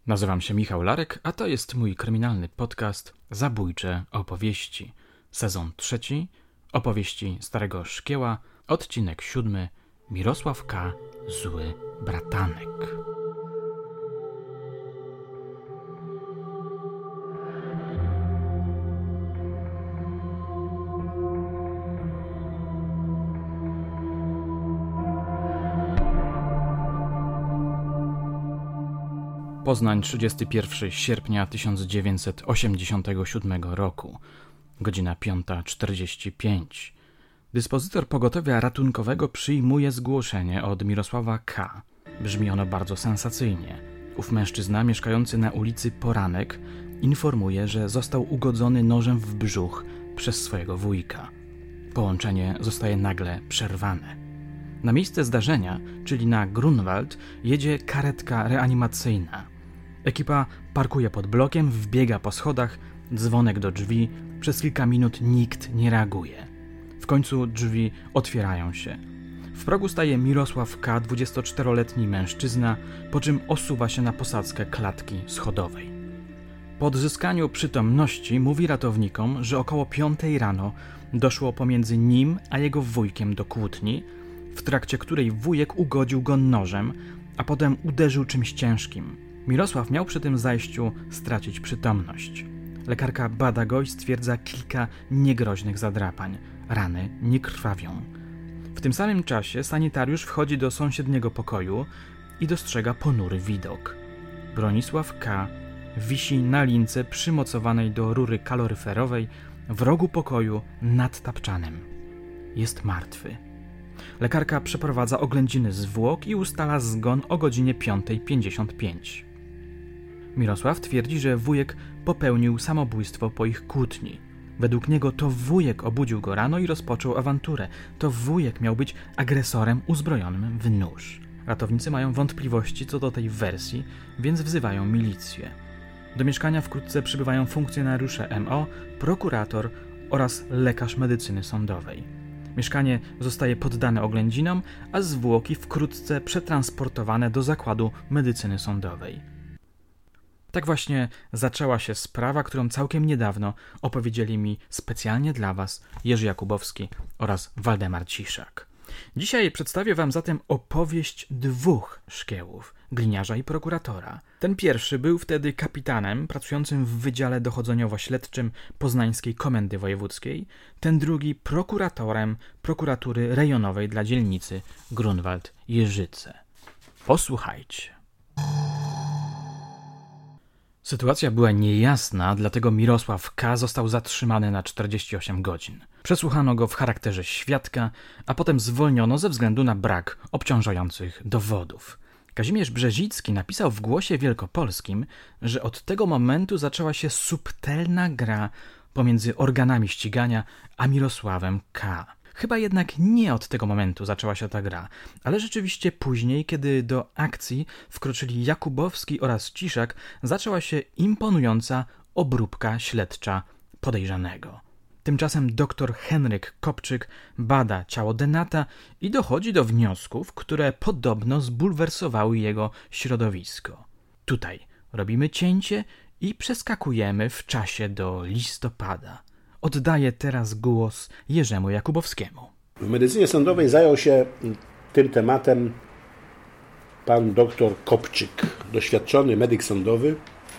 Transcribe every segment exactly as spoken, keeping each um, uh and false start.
Nazywam się Michał Larek, a to jest mój kryminalny podcast Zabójcze opowieści. Sezon trzeci, opowieści Starego Szkieła, odcinek siódmy, Mirosław K. Zły bratanek. Poznań, trzydziestego pierwszego sierpnia tysiąc dziewięćset osiemdziesiątego siódmego roku, godzina piąta czterdzieści pięć. Dyspozytor pogotowia ratunkowego przyjmuje zgłoszenie od Mirosława K. Brzmi ono bardzo sensacyjnie. Ów mężczyzna, mieszkający na ulicy Poranek, informuje, że został ugodzony nożem w brzuch przez swojego wujka. Połączenie zostaje nagle przerwane. Na miejsce zdarzenia, czyli na Grunwald, jedzie karetka reanimacyjna. Ekipa parkuje pod blokiem, wbiega po schodach, dzwonek do drzwi, przez kilka minut nikt nie reaguje. W końcu drzwi otwierają się. W progu staje Mirosław K., dwudziestoczteroletni mężczyzna, po czym osuwa się na posadzkę klatki schodowej. Po odzyskaniu przytomności mówi ratownikom, że około piątej rano doszło pomiędzy nim a jego wujkiem do kłótni, w trakcie której wujek ugodził go nożem, a potem uderzył czymś ciężkim. Mirosław miał przy tym zajściu stracić przytomność. Lekarka bada go i stwierdza kilka niegroźnych zadrapań. Rany nie krwawią. W tym samym czasie sanitariusz wchodzi do sąsiedniego pokoju i dostrzega ponury widok. Bronisław K. wisi na lince przymocowanej do rury kaloryferowej w rogu pokoju nad tapczanem. Jest martwy. Lekarka przeprowadza oględziny zwłok i ustala zgon o godzinie piąta pięćdziesiąt pięć. Mirosław twierdzi, że wujek popełnił samobójstwo po ich kłótni. Według niego to wujek obudził go rano i rozpoczął awanturę. To wujek miał być agresorem uzbrojonym w nóż. Ratownicy mają wątpliwości co do tej wersji, więc wzywają milicję. Do mieszkania wkrótce przybywają funkcjonariusze M O, prokurator oraz lekarz medycyny sądowej. Mieszkanie zostaje poddane oględzinom, a zwłoki wkrótce przetransportowane do zakładu medycyny sądowej. Tak właśnie zaczęła się sprawa, którą całkiem niedawno opowiedzieli mi specjalnie dla Was Jerzy Jakubowski oraz Waldemar Ciszak. Dzisiaj przedstawię Wam zatem opowieść dwóch szkiełów, gliniarza i prokuratora. Ten pierwszy był wtedy kapitanem pracującym w Wydziale Dochodzeniowo-Śledczym Poznańskiej Komendy Wojewódzkiej, ten drugi prokuratorem prokuratury rejonowej dla dzielnicy Grunwald-Jeżyce. Posłuchajcie. Sytuacja była niejasna, dlatego Mirosław K. został zatrzymany na czterdzieści osiem godzin. Przesłuchano go w charakterze świadka, a potem zwolniono ze względu na brak obciążających dowodów. Kazimierz Brzezicki napisał w Głosie Wielkopolskim, że od tego momentu zaczęła się subtelna gra pomiędzy organami ścigania a Mirosławem K. Chyba jednak nie od tego momentu zaczęła się ta gra, ale rzeczywiście później, kiedy do akcji wkroczyli Jakubowski oraz Ciszak, zaczęła się imponująca obróbka śledcza podejrzanego. Tymczasem dr Henryk Kopczyk bada ciało Denata i dochodzi do wniosków, które podobno zbulwersowały jego środowisko. Tutaj robimy cięcie i przeskakujemy w czasie do listopada. Oddaję teraz głos Jerzemu Jakubowskiemu. W medycynie sądowej zajął się tym tematem pan dr Kopczyk, doświadczony medyk sądowy,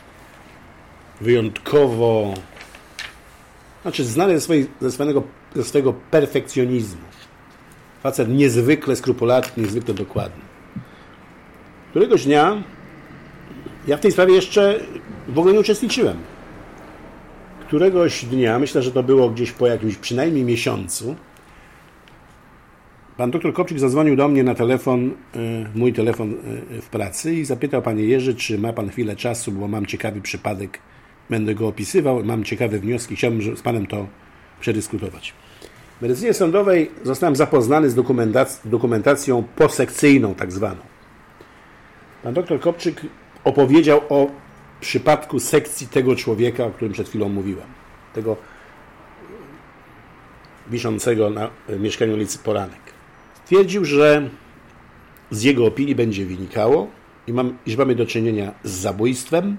wyjątkowo, znaczy znany ze, swojej, ze, swojego, ze swojego perfekcjonizmu. Facet niezwykle skrupulatny, niezwykle dokładny. Któregoś dnia, ja w tej sprawie jeszcze w ogóle nie uczestniczyłem. Któregoś dnia, myślę, że to było gdzieś po jakimś przynajmniej miesiącu, pan doktor Kopczyk zadzwonił do mnie na telefon, mój telefon w pracy i zapytał: panie Jerzy, czy ma pan chwilę czasu, bo mam ciekawy przypadek, będę go opisywał, mam ciekawe wnioski, chciałbym z panem to przedyskutować. W medycynie sądowej zostałem zapoznany z dokumentac- dokumentacją posekcyjną tak zwaną. Pan doktor Kopczyk opowiedział o przypadku sekcji tego człowieka, o którym przed chwilą mówiłem. Tego wiszącego na mieszkaniu ulicy Poranek. Stwierdził, że z jego opinii będzie wynikało, i mam, iż mamy do czynienia z zabójstwem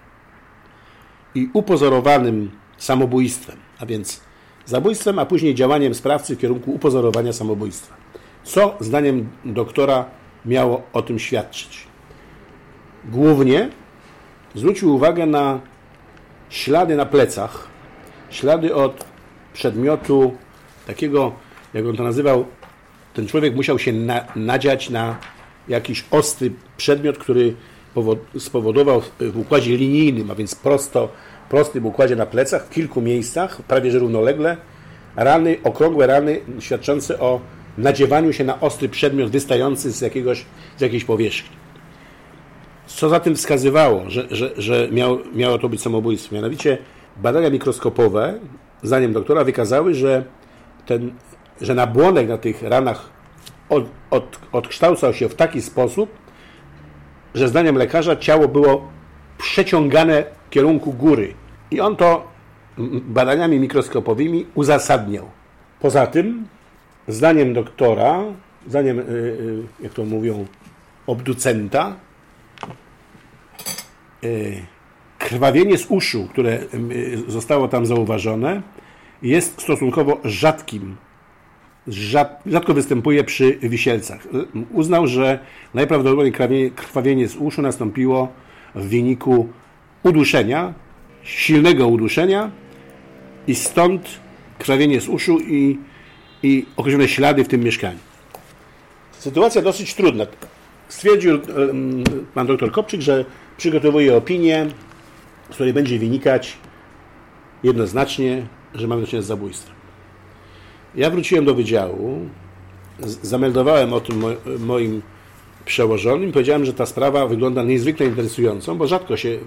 i upozorowanym samobójstwem, a więc zabójstwem, a później działaniem sprawcy w kierunku upozorowania samobójstwa. Co zdaniem doktora miało o tym świadczyć? Głównie zwrócił uwagę na ślady na plecach, ślady od przedmiotu takiego, jak on to nazywał, ten człowiek musiał się na, nadziać na jakiś ostry przedmiot, który spowodował w układzie linijnym, a więc prosto, prostym układzie na plecach, w kilku miejscach, prawie że równolegle, rany, okrągłe rany świadczące o nadziewaniu się na ostry przedmiot wystający z, jakiegoś, z jakiejś powierzchni. Co za tym wskazywało, że, że, że miało, miało to być samobójstwo? Mianowicie badania mikroskopowe, zdaniem doktora, wykazały, że, ten, że nabłonek na tych ranach od, od, odkształcał się w taki sposób, że zdaniem lekarza ciało było przeciągane w kierunku góry. I on to badaniami mikroskopowymi uzasadniał. Poza tym, zdaniem doktora, zdaniem, jak to mówią, obducenta, krwawienie z uszu, które zostało tam zauważone, jest stosunkowo rzadkim. Rzadko występuje przy wisielcach. Uznał, że najprawdopodobniej krwawienie, krwawienie z uszu nastąpiło w wyniku uduszenia, silnego uduszenia i stąd krwawienie z uszu i, i określone ślady w tym mieszkaniu. Sytuacja dosyć trudna. Stwierdził pan doktor Kopczyk, że przygotowuje opinię, z której będzie wynikać jednoznacznie, że mamy do czynienia z zabójstwem. Ja wróciłem do wydziału, zameldowałem o tym moim przełożonym i powiedziałem, że ta sprawa wygląda niezwykle interesującą, bo rzadko się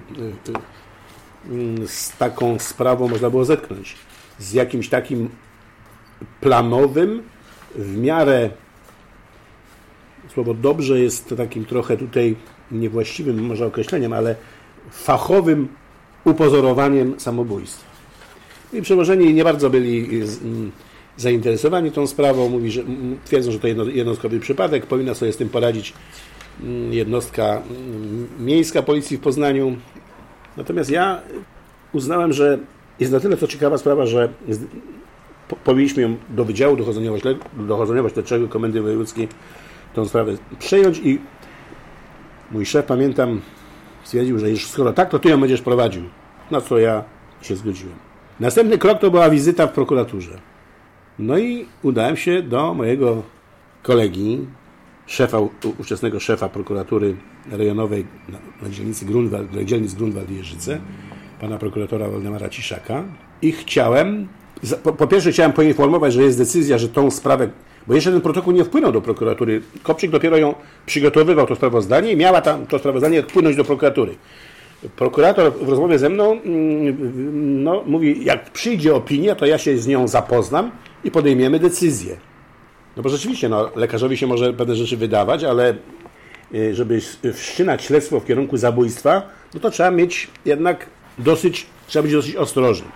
z taką sprawą można było zetknąć. Z jakimś takim planowym, w miarę, słowo dobrze jest takim trochę tutaj niewłaściwym może określeniem, ale fachowym upozorowaniem samobójstwa. I przełożeni nie bardzo byli zainteresowani tą sprawą. Mówi, że twierdzą, że to jednostkowy przypadek, powinna sobie z tym poradzić jednostka miejska policji w Poznaniu. Natomiast ja uznałem, że jest na tyle to ciekawa sprawa, że powinniśmy ją do Wydziału Dochodzeniowo-Śledczego Komendy Wojewódzkiej tą sprawę przejąć i mój szef, pamiętam, stwierdził, że już skoro tak, to ty ją będziesz prowadził. Na co ja się zgodziłem. Następny krok to była wizyta w prokuraturze. No i udałem się do mojego kolegi, szefa, ówczesnego szefa prokuratury rejonowej na, na dzielnicy Grunwald, dzielnic Grunwald i Jeżyce, pana prokuratora Waldemara Ciszaka i chciałem, po, po pierwsze chciałem poinformować, że jest decyzja, że tą sprawę, bo jeszcze ten protokół nie wpłynął do prokuratury. Kopczyk dopiero ją przygotowywał, to sprawozdanie, i miała tam to sprawozdanie wpłynąć do prokuratury. Prokurator w rozmowie ze mną no, mówi, jak przyjdzie opinia, to ja się z nią zapoznam i podejmiemy decyzję. No bo rzeczywiście, no, lekarzowi się może pewne rzeczy wydawać, ale żeby wszczynać śledztwo w kierunku zabójstwa, no to trzeba mieć jednak dosyć, trzeba być dosyć ostrożnym.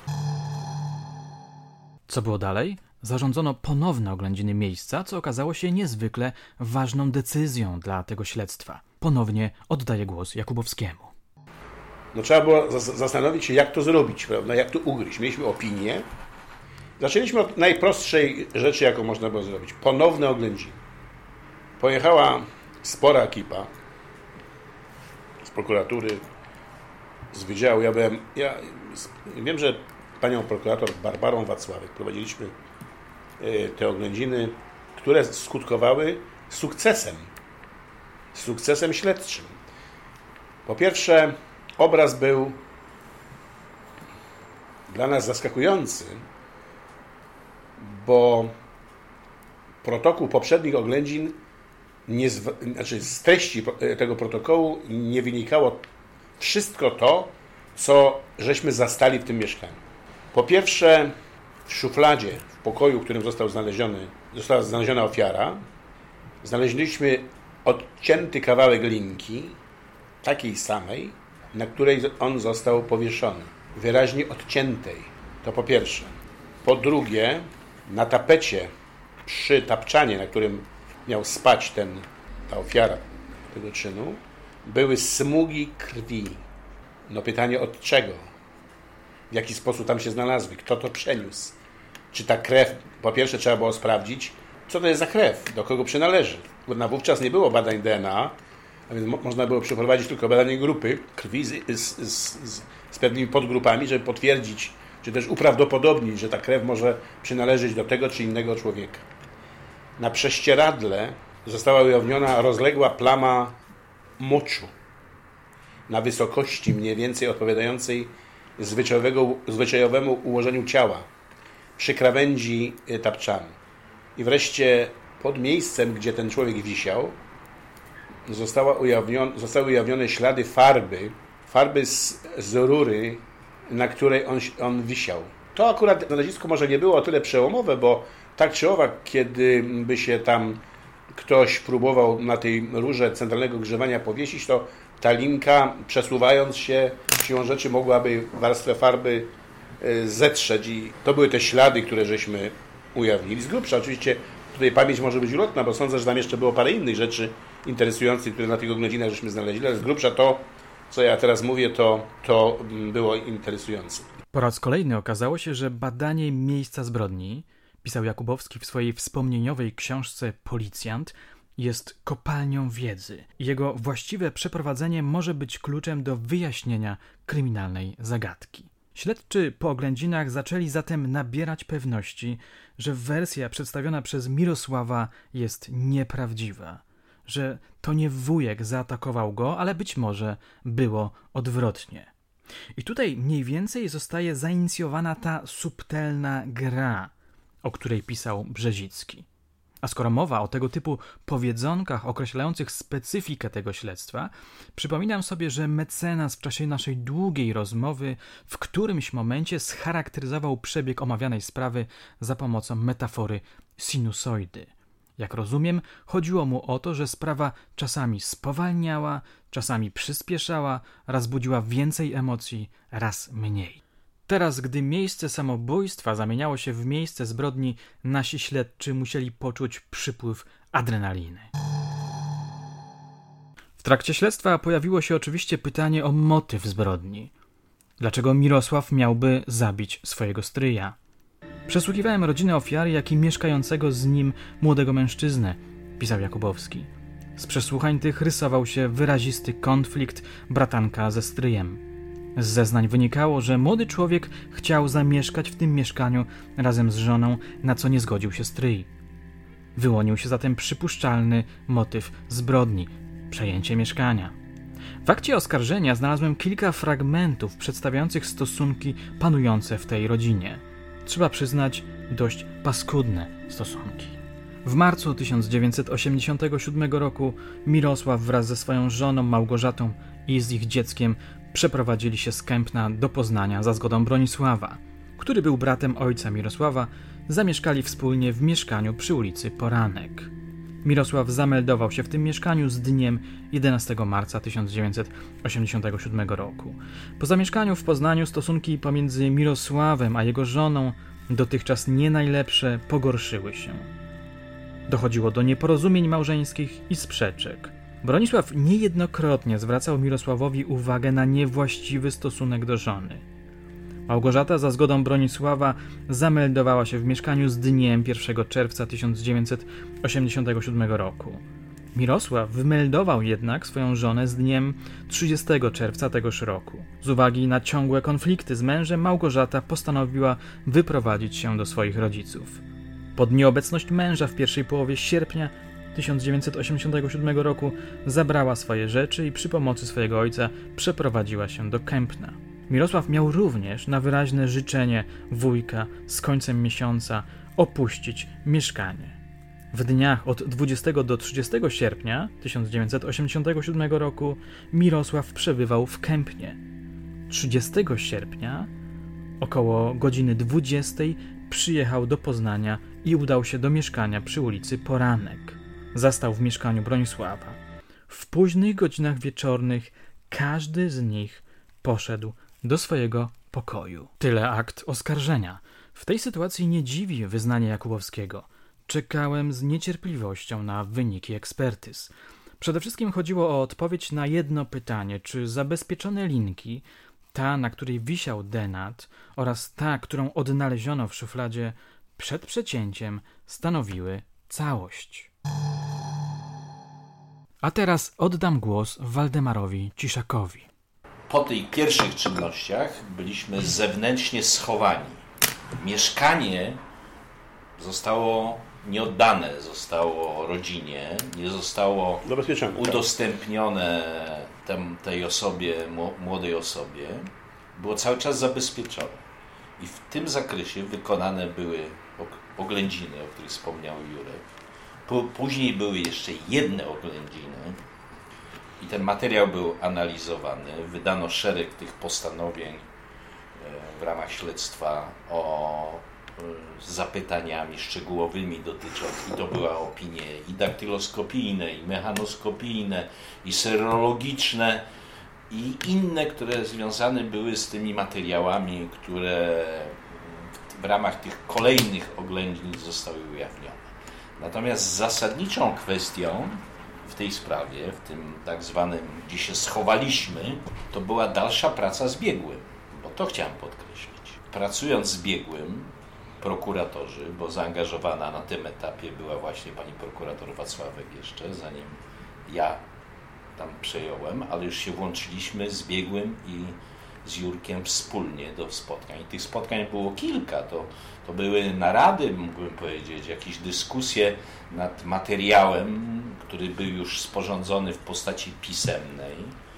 Co było dalej? Zarządzono ponowne oględziny miejsca, co okazało się niezwykle ważną decyzją dla tego śledztwa. Ponownie oddaję głos Jakubowskiemu. No trzeba było zastanowić się, jak to zrobić, prawda? Jak to ugryźć. Mieliśmy opinię. Zaczęliśmy od najprostszej rzeczy, jaką można było zrobić. Ponowne oględziny. Pojechała spora ekipa z prokuratury, z wydziału. Ja byłem, ja wiem, że panią prokurator Barbarą Wacławek prowadziliśmy te oględziny, które skutkowały sukcesem. Sukcesem śledczym. Po pierwsze, obraz był dla nas zaskakujący, bo protokół poprzednich oględzin, nie z, znaczy z treści tego protokołu nie wynikało wszystko to, co żeśmy zastali w tym mieszkaniu. Po pierwsze, w szufladzie, w pokoju, w którym został znaleziony, została znaleziona ofiara, znaleźliśmy odcięty kawałek linki, takiej samej, na której on został powieszony. Wyraźnie odciętej. To po pierwsze. Po drugie, na tapecie przy tapczanie, na którym miał spać ten, ta ofiara tego czynu, były smugi krwi. No pytanie od czego? W jaki sposób tam się znalazły? Kto to przeniósł? Czy ta krew, po pierwsze trzeba było sprawdzić, co to jest za krew, do kogo przynależy. Bo wówczas nie było badań D N A, a więc mo- można było przeprowadzić tylko badanie grupy krwi z, z, z, z pewnymi podgrupami, żeby potwierdzić, czy też uprawdopodobnić, że ta krew może przynależeć do tego czy innego człowieka. Na prześcieradle została ujawniona rozległa plama moczu na wysokości mniej więcej odpowiadającej zwyczajowemu ułożeniu ciała przy krawędzi tapczanu. I wreszcie pod miejscem, gdzie ten człowiek wisiał, została ujawnione, zostały ujawnione ślady farby, farby z, z rury, na której on, on wisiał. To akurat znalezisko może nie było o tyle przełomowe, bo tak czy owak, kiedy by się tam ktoś próbował na tej rurze centralnego grzewania powiesić, to ta linka, przesuwając się, siłą rzeczy mogłaby warstwę farby zetrzeć i to były te ślady, które żeśmy ujawnili. Z grubsza oczywiście tutaj pamięć może być ulotna, bo sądzę, że tam jeszcze było parę innych rzeczy interesujących, które na tych oględzinach żeśmy znaleźli, ale z grubsza to, co ja teraz mówię, to, to było interesujące. Po raz kolejny okazało się, że badanie miejsca zbrodni, pisał Jakubowski w swojej wspomnieniowej książce Policjant, jest kopalnią wiedzy. Jego właściwe przeprowadzenie może być kluczem do wyjaśnienia kryminalnej zagadki. Śledczy po oględzinach zaczęli zatem nabierać pewności, że wersja przedstawiona przez Mirosława jest nieprawdziwa, że to nie wujek zaatakował go, ale być może było odwrotnie. I tutaj mniej więcej zostaje zainicjowana ta subtelna gra, o której pisał Brzezicki. A skoro mowa o tego typu powiedzonkach określających specyfikę tego śledztwa, przypominam sobie, że mecenas w czasie naszej długiej rozmowy w którymś momencie scharakteryzował przebieg omawianej sprawy za pomocą metafory sinusoidy. Jak rozumiem, chodziło mu o to, że sprawa czasami spowalniała, czasami przyspieszała, raz budziła więcej emocji, raz mniej. Teraz, gdy miejsce samobójstwa zamieniało się w miejsce zbrodni, nasi śledczy musieli poczuć przypływ adrenaliny. W trakcie śledztwa pojawiło się oczywiście pytanie o motyw zbrodni. Dlaczego Mirosław miałby zabić swojego stryja? Przesłuchiwałem rodzinę ofiary, jak i mieszkającego z nim młodego mężczyznę, pisał Jakubowski. Z przesłuchań tych rysował się wyrazisty konflikt bratanka ze stryjem. Z zeznań wynikało, że młody człowiek chciał zamieszkać w tym mieszkaniu razem z żoną, na co nie zgodził się stryj. Wyłonił się zatem przypuszczalny motyw zbrodni – przejęcie mieszkania. W akcie oskarżenia znalazłem kilka fragmentów przedstawiających stosunki panujące w tej rodzinie. Trzeba przyznać, dość paskudne stosunki. W marcu tysiąc dziewięćset osiemdziesiątego siódmego roku Mirosław wraz ze swoją żoną Małgorzatą i z ich dzieckiem przeprowadzili się z Kępna do Poznania za zgodą Bronisława, który był bratem ojca Mirosława. Zamieszkali wspólnie w mieszkaniu przy ulicy Poranek. Mirosław zameldował się w tym mieszkaniu z dniem jedenastego marca tysiąc dziewięćset osiemdziesiątego siódmego roku. Po zamieszkaniu w Poznaniu stosunki pomiędzy Mirosławem a jego żoną, dotychczas nie najlepsze, pogorszyły się. Dochodziło do nieporozumień małżeńskich i sprzeczek. Bronisław niejednokrotnie zwracał Mirosławowi uwagę na niewłaściwy stosunek do żony. Małgorzata za zgodą Bronisława zameldowała się w mieszkaniu z dniem pierwszego czerwca tysiąc dziewięćset osiemdziesiątego siódmego roku. Mirosław wymeldował jednak swoją żonę z dniem trzydziestego czerwca tegoż roku. Z uwagi na ciągłe konflikty z mężem Małgorzata postanowiła wyprowadzić się do swoich rodziców. Pod nieobecność męża w pierwszej połowie sierpnia tysiąc dziewięćset osiemdziesiątego siódmego roku zabrała swoje rzeczy i przy pomocy swojego ojca przeprowadziła się do Kępna. Mirosław miał również na wyraźne życzenie wujka z końcem miesiąca opuścić mieszkanie. W dniach od dwudziestego do trzydziestego sierpnia tysiąc dziewięćset osiemdziesiątego siódmego roku Mirosław przebywał w Kępnie. trzydziestego sierpnia około godziny dwudziestej przyjechał do Poznania i udał się do mieszkania przy ulicy Poranek. Zastał w mieszkaniu Bronisława. W późnych godzinach wieczornych każdy z nich poszedł do swojego pokoju. Tyle akt oskarżenia. W tej sytuacji nie dziwi wyznanie Jakubowskiego. Czekałem z niecierpliwością na wyniki ekspertyz. Przede wszystkim chodziło o odpowiedź na jedno pytanie, czy zabezpieczone linki, ta, na której wisiał denat, oraz ta, którą odnaleziono w szufladzie przed przecięciem, stanowiły całość. A teraz oddam głos Waldemarowi Ciszakowi. Po tych pierwszych czynnościach byliśmy zewnętrznie schowani. Mieszkanie zostało nieoddane, zostało rodzinie, nie zostało udostępnione tem, tej osobie, młodej osobie. Było cały czas zabezpieczone. I w tym zakresie wykonane były oględziny, o których wspomniał Jurek. Później były jeszcze jedne oględziny i ten materiał był analizowany. Wydano szereg tych postanowień w ramach śledztwa o z zapytaniami szczegółowymi dotyczącymi, i to były opinie i daktyloskopijne, i mechanoskopijne, i serologiczne, i inne, które związane były z tymi materiałami, które w ramach tych kolejnych oględzin zostały ujawnione. Natomiast zasadniczą kwestią w tej sprawie, w tym tak zwanym, gdzie się schowaliśmy, to była dalsza praca z biegłym, bo to chciałem podkreślić. Pracując z biegłym, prokuratorzy, bo zaangażowana na tym etapie była właśnie pani prokurator Wacławek jeszcze, zanim ja tam przejąłem, ale już się włączyliśmy z biegłym i z Jurkiem wspólnie do spotkań. I tych spotkań było kilka. To, to były narady, mógłbym powiedzieć, jakieś dyskusje nad materiałem, który był już sporządzony w postaci pisemnej.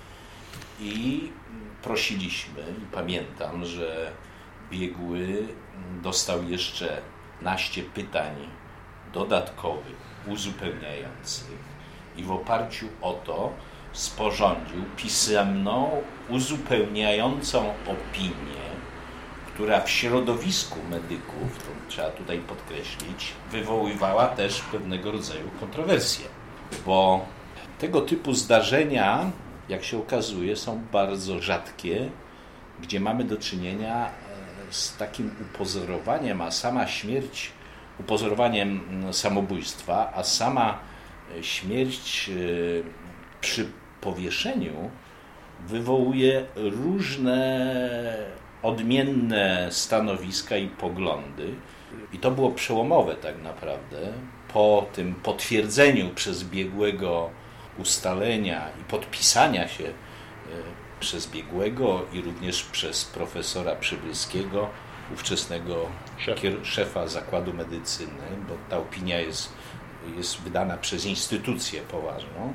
I prosiliśmy, i pamiętam, że biegły dostał jeszcze naście pytań dodatkowych, uzupełniających i w oparciu o to sporządził pisemną, uzupełniającą opinię, która w środowisku medyków, to trzeba tutaj podkreślić, wywoływała też pewnego rodzaju kontrowersje, bo tego typu zdarzenia, jak się okazuje, są bardzo rzadkie, gdzie mamy do czynienia z takim upozorowaniem, a sama śmierć, upozorowaniem samobójstwa, a sama śmierć przy powieszeniu wywołuje różne odmienne stanowiska i poglądy. I to było przełomowe tak naprawdę. Po tym potwierdzeniu przez biegłego ustalenia i podpisania się przez biegłego i również przez profesora Przybylskiego, ówczesnego Szef. szefa zakładu medycyny, bo ta opinia jest, jest wydana przez instytucję poważną,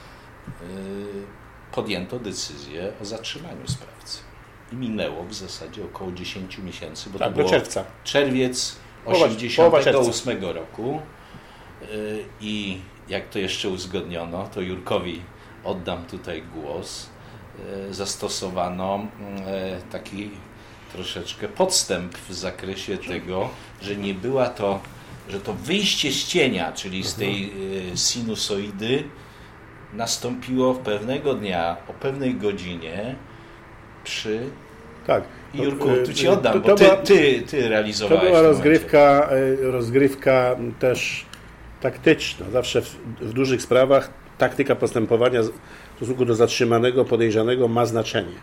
podjęto decyzję o zatrzymaniu sprawcy. I minęło w zasadzie około dziesięć miesięcy, bo tak, to było czerwca. czerwiec osiemdziesiątego ósmego roku. I jak to jeszcze uzgodniono, to Jurkowi oddam tutaj głos, zastosowano taki troszeczkę podstęp w zakresie tego, że nie była to, że to wyjście z cienia, czyli z tej sinusoidy, nastąpiło pewnego dnia o pewnej godzinie przy... Tak. Jurku, tu ci oddam, to, to bo ty, była, ty, ty realizowałeś. To była rozgrywka, rozgrywka też taktyczna. Zawsze w, w dużych sprawach taktyka postępowania w stosunku do zatrzymanego, podejrzanego ma znaczenie.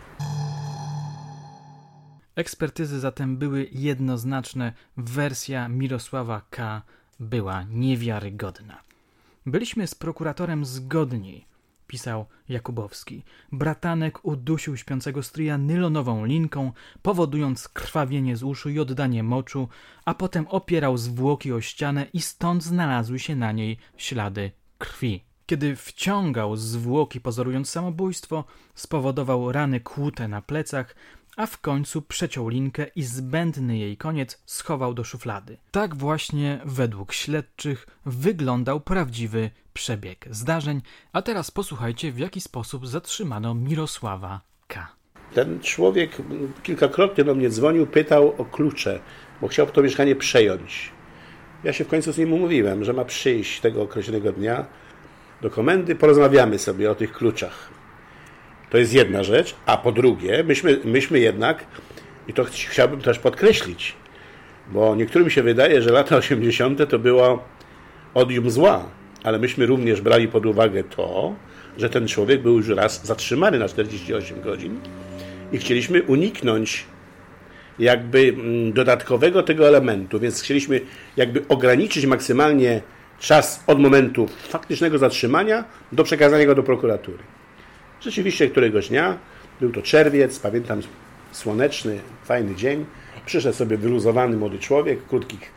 Ekspertyzy zatem były jednoznaczne. Wersja Mirosława K. była niewiarygodna. Byliśmy z prokuratorem zgodni, pisał Jakubowski. Bratanek udusił śpiącego stryja nylonową linką, powodując krwawienie z uszu i oddanie moczu, a potem opierał zwłoki o ścianę i stąd znalazły się na niej ślady krwi. Kiedy wciągał zwłoki pozorując samobójstwo, spowodował rany kłute na plecach, a w końcu przeciął linkę i zbędny jej koniec schował do szuflady. Tak właśnie według śledczych wyglądał prawdziwy przebieg zdarzeń, a teraz posłuchajcie, w jaki sposób zatrzymano Mirosława K. Ten człowiek kilkakrotnie do mnie dzwonił, pytał o klucze, bo chciał to mieszkanie przejąć. Ja się w końcu z nim umówiłem, że ma przyjść tego określonego dnia do komendy, porozmawiamy sobie o tych kluczach. To jest jedna rzecz, a po drugie, myśmy, myśmy jednak, i to chciałbym też podkreślić, bo niektórym się wydaje, że lata osiemdziesiąte to było odium zła. ale myśmy również brali pod uwagę to, że ten człowiek był już raz zatrzymany na czterdzieści osiem godzin i chcieliśmy uniknąć jakby dodatkowego tego elementu, więc chcieliśmy jakby ograniczyć maksymalnie czas od momentu faktycznego zatrzymania do przekazania go do prokuratury. Rzeczywiście któregoś dnia, był to czerwiec, pamiętam, słoneczny, fajny dzień, przyszedł sobie wyluzowany młody człowiek w krótkich,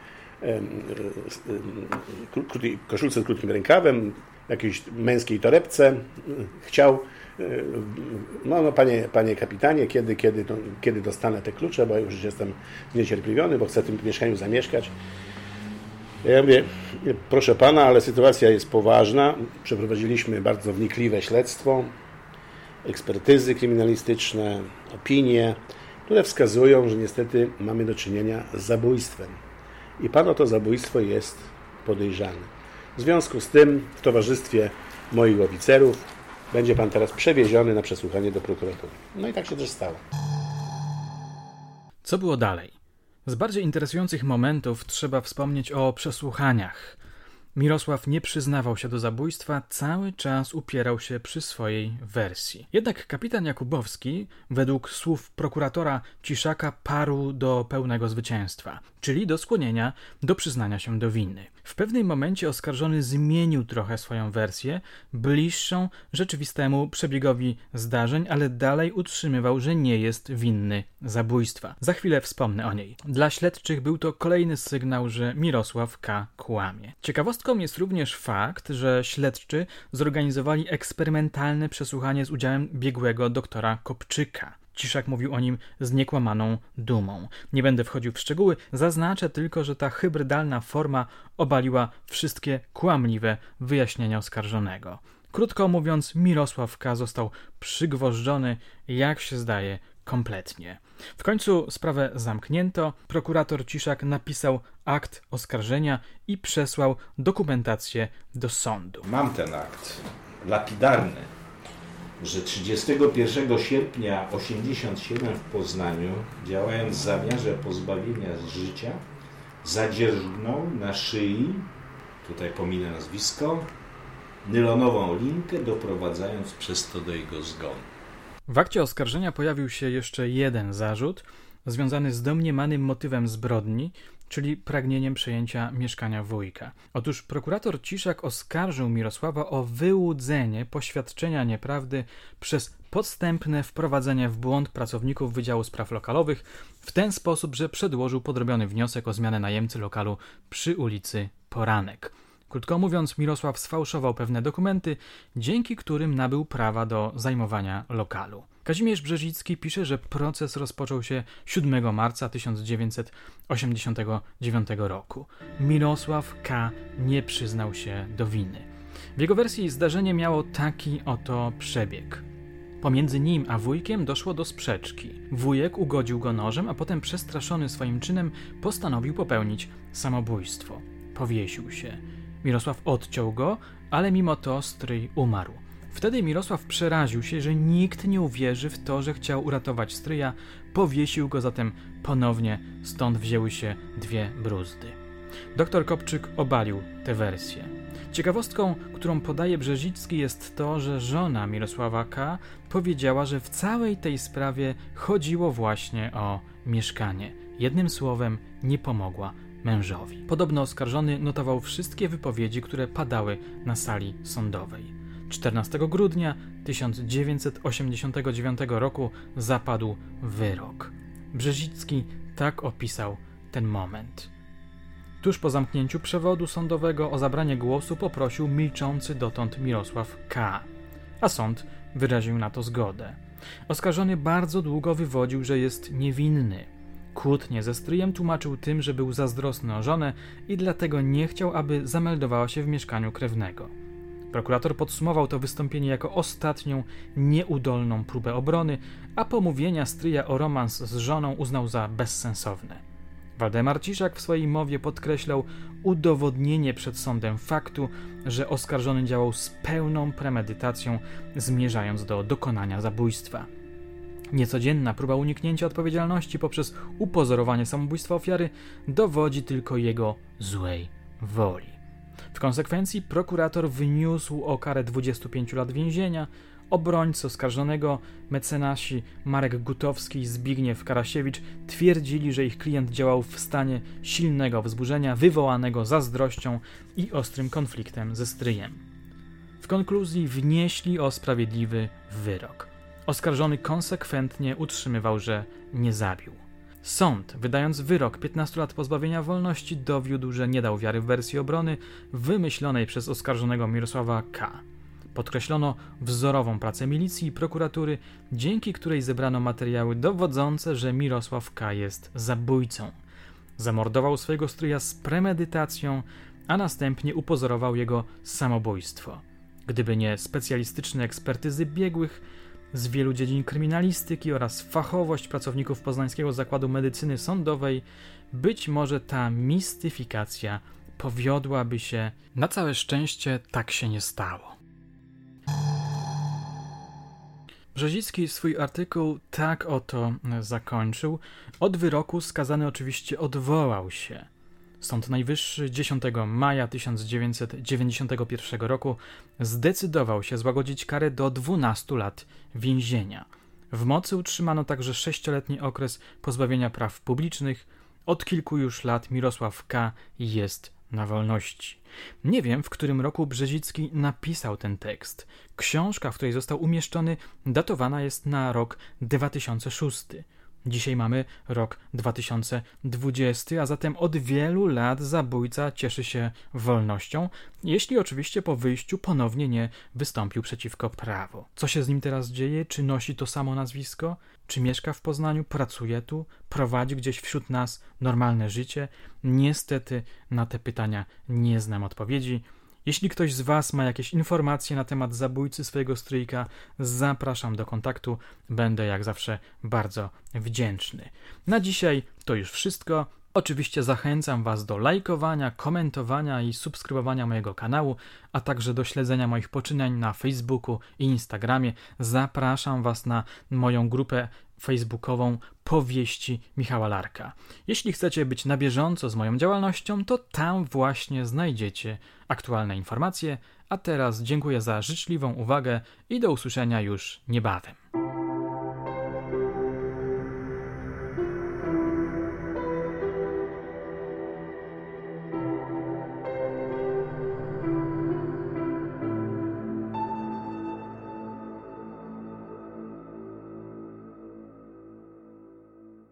krótkiej koszulce z krótkim rękawem, w jakiejś męskiej torebce. Chciał, no, no panie, panie kapitanie, kiedy, kiedy, to, kiedy dostanę te klucze, bo już jestem niecierpliwiony, bo chcę w tym mieszkaniu zamieszkać. Ja mówię, proszę pana, ale sytuacja jest poważna. Przeprowadziliśmy bardzo wnikliwe śledztwo, ekspertyzy kryminalistyczne, opinie, które wskazują, że niestety mamy do czynienia z zabójstwem. I pan o to zabójstwo jest podejrzany. W związku z tym w towarzystwie moich oficerów będzie pan teraz przewieziony na przesłuchanie do prokuratury. No i tak się też stało. Co było dalej? Z bardziej interesujących momentów trzeba wspomnieć o przesłuchaniach. Mirosław nie przyznawał się do zabójstwa, cały czas upierał się przy swojej wersji. Jednak kapitan Jakubowski, według słów prokuratora Ciszaka, parł do pełnego zwycięstwa, czyli do skłonienia do przyznania się do winy. W pewnym momencie oskarżony zmienił trochę swoją wersję, bliższą rzeczywistemu przebiegowi zdarzeń, ale dalej utrzymywał, że nie jest winny zabójstwa. Za chwilę wspomnę o niej. Dla śledczych był to kolejny sygnał, że Mirosław K. kłamie. Ciekawostką jest również fakt, że śledczy zorganizowali eksperymentalne przesłuchanie z udziałem biegłego doktora Kopczyka. Ciszak mówił o nim z niekłamaną dumą. Nie będę wchodził w szczegóły, zaznaczę tylko, że ta hybrydalna forma obaliła wszystkie kłamliwe wyjaśnienia oskarżonego. Krótko mówiąc, Mirosław K. został przygwożdżony, jak się zdaje, kompletnie. W końcu sprawę zamknięto, prokurator Ciszak napisał akt oskarżenia i przesłał dokumentację do sądu. Mam ten akt lapidarny, że trzydziestego pierwszego sierpnia osiemdziesiąt siedem w Poznaniu, działając w zamiarze pozbawienia z życia, zadzierżnął na szyi, tutaj pominę nazwisko, nylonową linkę, doprowadzając przez to do jego zgonu. W akcie oskarżenia pojawił się jeszcze jeden zarzut związany z domniemanym motywem zbrodni, czyli pragnieniem przejęcia mieszkania wujka. Otóż prokurator Ciszak oskarżył Mirosława o wyłudzenie poświadczenia nieprawdy przez podstępne wprowadzenie w błąd pracowników Wydziału Spraw Lokalowych w ten sposób, że przedłożył podrobiony wniosek o zmianę najemcy lokalu przy ulicy Poranek. Krótko mówiąc, Mirosław sfałszował pewne dokumenty, dzięki którym nabył prawa do zajmowania lokalu. Kazimierz Brzezicki pisze, że proces rozpoczął się siódmego marca tysiąc dziewięćset osiemdziesiątego dziewiątego roku. Mirosław K. nie przyznał się do winy. W jego wersji zdarzenie miało taki oto przebieg. Pomiędzy nim a wujkiem doszło do sprzeczki. Wujek ugodził go nożem, a potem przestraszony swoim czynem postanowił popełnić samobójstwo. Powiesił się. Mirosław odciął go, ale mimo to stryj umarł. Wtedy Mirosław przeraził się, że nikt nie uwierzy w to, że chciał uratować stryja, powiesił go zatem ponownie, stąd wzięły się dwie bruzdy. Doktor Kopczyk obalił tę wersję. Ciekawostką, którą podaje Brzezicki, jest to, że żona Mirosława K. powiedziała, że w całej tej sprawie chodziło właśnie o mieszkanie. Jednym słowem, nie pomogła mężowi. Podobno oskarżony notował wszystkie wypowiedzi, które padały na sali sądowej. czternastego grudnia tysiąc dziewięćset osiemdziesiątego dziewiątego roku zapadł wyrok. Brzezicki tak opisał ten moment. Tuż po zamknięciu przewodu sądowego o zabranie głosu poprosił milczący dotąd Mirosław K., a sąd wyraził na to zgodę. Oskarżony bardzo długo wywodził, że jest niewinny. Kłótnie ze stryjem tłumaczył tym, że był zazdrosny o żonę i dlatego nie chciał, aby zameldowała się w mieszkaniu krewnego. Prokurator podsumował to wystąpienie jako ostatnią, nieudolną próbę obrony, a pomówienia stryja o romans z żoną uznał za bezsensowne. Waldemar Ciszak w swojej mowie podkreślał udowodnienie przed sądem faktu, że oskarżony działał z pełną premedytacją, zmierzając do dokonania zabójstwa. Niecodzienna próba uniknięcia odpowiedzialności poprzez upozorowanie samobójstwa ofiary dowodzi tylko jego złej woli. W konsekwencji prokurator wyniósł o karę dwudziestu pięciu lat więzienia. Obrońcy oskarżonego, mecenasi Marek Gutowski i Zbigniew Karasiewicz, twierdzili, że ich klient działał w stanie silnego wzburzenia wywołanego zazdrością i ostrym konfliktem ze stryjem. W konkluzji wnieśli o sprawiedliwy wyrok. Oskarżony konsekwentnie utrzymywał, że nie zabił. Sąd, wydając wyrok piętnastu lat pozbawienia wolności, dowiódł, że nie dał wiary w wersji obrony wymyślonej przez oskarżonego Mirosława K. Podkreślono wzorową pracę milicji i prokuratury, dzięki której zebrano materiały dowodzące, że Mirosław K. jest zabójcą. Zamordował swojego stryja z premedytacją, a następnie upozorował jego samobójstwo. Gdyby nie specjalistyczne ekspertyzy biegłych z wielu dziedzin kryminalistyki oraz fachowość pracowników Poznańskiego Zakładu Medycyny Sądowej, być może ta mistyfikacja powiodłaby się. Na całe szczęście tak się nie stało. Brzezicki swój artykuł tak oto zakończył. Od wyroku skazany oczywiście odwołał się. Sąd Najwyższy dziesiątego maja tysiąc dziewięćset dziewięćdziesiątego pierwszego roku zdecydował się złagodzić karę do dwunastu lat więzienia. W mocy utrzymano także sześcioletni okres pozbawienia praw publicznych. Od kilku już lat Mirosław K. jest na wolności. Nie wiem, w którym roku Brzezicki napisał ten tekst. Książka, w której został umieszczony, datowana jest na rok dwa tysiące szósty. Dzisiaj mamy rok dwa tysiące dwudziesty, a zatem od wielu lat zabójca cieszy się wolnością, jeśli oczywiście po wyjściu ponownie nie wystąpił przeciwko prawu. Co się z nim teraz dzieje? Czy nosi to samo nazwisko? Czy mieszka w Poznaniu? Pracuje tu? Prowadzi gdzieś wśród nas normalne życie? Niestety na te pytania nie znam odpowiedzi. Jeśli ktoś z Was ma jakieś informacje na temat zabójcy swojego stryjka, zapraszam do kontaktu. Będę jak zawsze bardzo wdzięczny. Na dzisiaj to już wszystko. Oczywiście zachęcam Was do lajkowania, komentowania i subskrybowania mojego kanału, a także do śledzenia moich poczynań na Facebooku i Instagramie. Zapraszam Was na moją grupę facebookową Powieści Michała Larka. Jeśli chcecie być na bieżąco z moją działalnością, to tam właśnie znajdziecie aktualne informacje. A teraz dziękuję za życzliwą uwagę i do usłyszenia już niebawem.